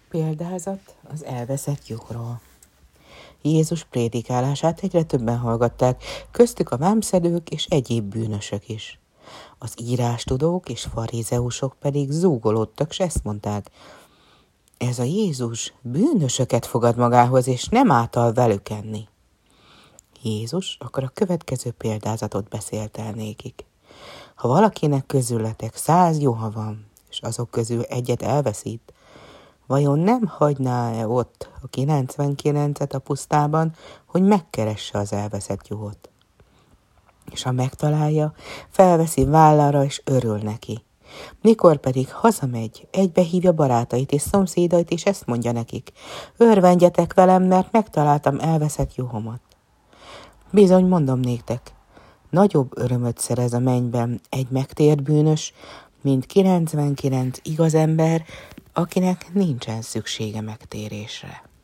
Példázat az elveszett juhról. Jézus prédikálását egyre többen hallgatták, köztük a vámszedők és egyéb bűnösök is. Az írástudók és farizeusok pedig zúgolódtak, s ezt mondták: ez a Jézus bűnösöket fogad magához, és nem által velük enni. Jézus akkor a következő példázatot beszélt el nékik. Ha valakinek közületek 100 juha van, és azok közül egyet elveszít, vajon nem hagyná-e ott a 99-et a pusztában, hogy megkeresse az elveszett juhot? És ha megtalálja, felveszi vállára és örül neki. Mikor pedig hazamegy, egybehívja barátait és szomszédait, és ezt mondja nekik: örvendjetek velem, mert megtaláltam elveszett juhomat. Bizony, mondom néktek, nagyobb örömöt szerez a mennyben egy megtért bűnös, mint 99 igaz ember, akinek nincsen szüksége megtérésre.